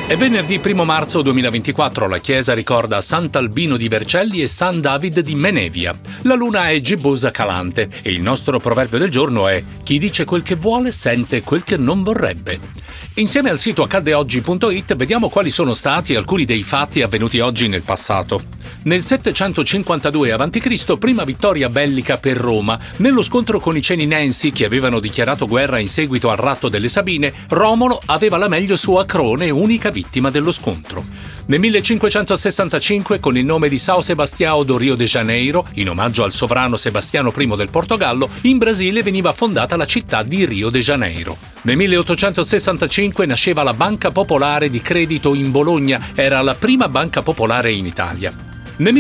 È venerdì 1 marzo 2024, la chiesa ricorda Sant'Albino di Vercelli e San David di Menevia. La luna è gibbosa calante e il nostro proverbio del giorno è: chi dice quel che vuole sente quel che non vorrebbe. Insieme al sito accaddeoggi.it vediamo quali sono stati alcuni dei fatti avvenuti oggi nel passato. Nel 752 a.C., prima vittoria bellica per Roma. Nello scontro con i Ceninensi, che avevano dichiarato guerra in seguito al ratto delle Sabine, Romolo aveva la meglio su Acrone, unica vittima dello scontro. Nel 1565, con il nome di São Sebastião do Rio de Janeiro, in omaggio al sovrano Sebastiano I del Portogallo, in Brasile veniva fondata la città di Rio de Janeiro. Nel 1865 nasceva la Banca Popolare di Credito in Bologna, era la prima banca popolare in Italia. Nel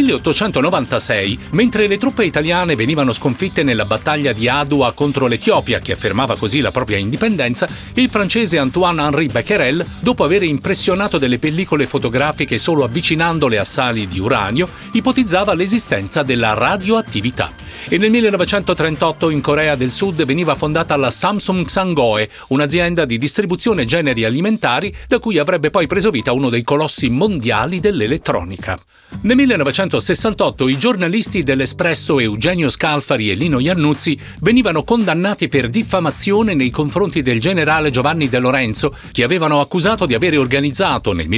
1896, mentre le truppe italiane venivano sconfitte nella battaglia di Adua contro l'Etiopia, che affermava così la propria indipendenza, il francese Antoine-Henri Becquerel, dopo aver impressionato delle pellicole fotografiche solo avvicinandole a sali di uranio, ipotizzava l'esistenza della radioattività. E nel 1938 in Corea del Sud veniva fondata la Samsung Sangoe, un'azienda di distribuzione generi alimentari da cui avrebbe poi preso vita uno dei colossi mondiali dell'elettronica. Nel 1968 i giornalisti dell'Espresso Eugenio Scalfari e Lino Iannuzzi venivano condannati per diffamazione nei confronti del generale Giovanni De Lorenzo, che avevano accusato di avere organizzato nel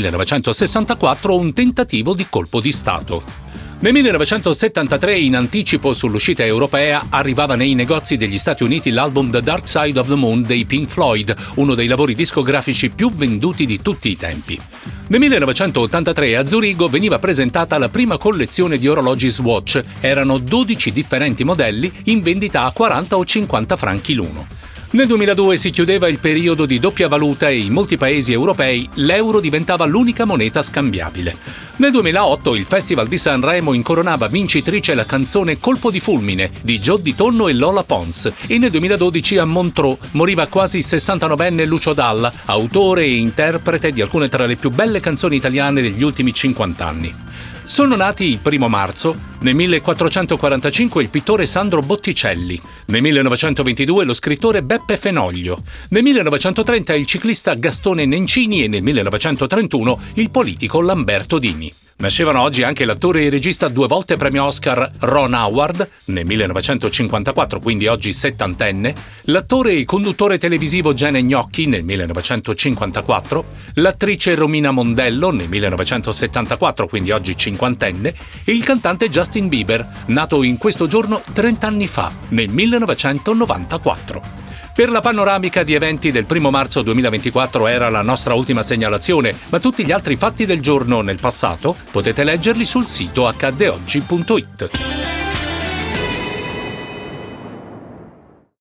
1964 un tentativo di colpo di Stato. Nel 1973, in anticipo sull'uscita europea, arrivava nei negozi degli Stati Uniti l'album The Dark Side of the Moon dei Pink Floyd, uno dei lavori discografici più venduti di tutti i tempi. Nel 1983 a Zurigo veniva presentata la prima collezione di orologi Swatch. Erano 12 differenti modelli in vendita a 40 o 50 franchi l'uno. Nel 2002 si chiudeva il periodo di doppia valuta e in molti paesi europei l'euro diventava l'unica moneta scambiabile. Nel 2008 il Festival di Sanremo incoronava vincitrice la canzone Colpo di fulmine di Gio Di Tonno e Lola Pons, e nel 2012 a Montreux moriva quasi 69enne Lucio Dalla, autore e interprete di alcune tra le più belle canzoni italiane degli ultimi 50 anni. Sono nati il 1 marzo, nel 1445 il pittore Sandro Botticelli, nel 1922 lo scrittore Beppe Fenoglio, nel 1930 il ciclista Gastone Nencini e nel 1931 il politico Lamberto Dini. Nascevano oggi anche l'attore e regista 2 volte premio Oscar Ron Howard, nel 1954, quindi oggi settantenne, l'attore e conduttore televisivo Gene Gnocchi nel 1954, l'attrice Romina Mondello nel 1974, quindi oggi cinquantenne, e il cantante Justin Bieber, nato in questo giorno 30 anni fa, nel 1994. Per la panoramica di eventi del 1 marzo 2024 era la nostra ultima segnalazione, ma tutti gli altri fatti del giorno nel passato potete leggerli sul sito accaddeoggi.it.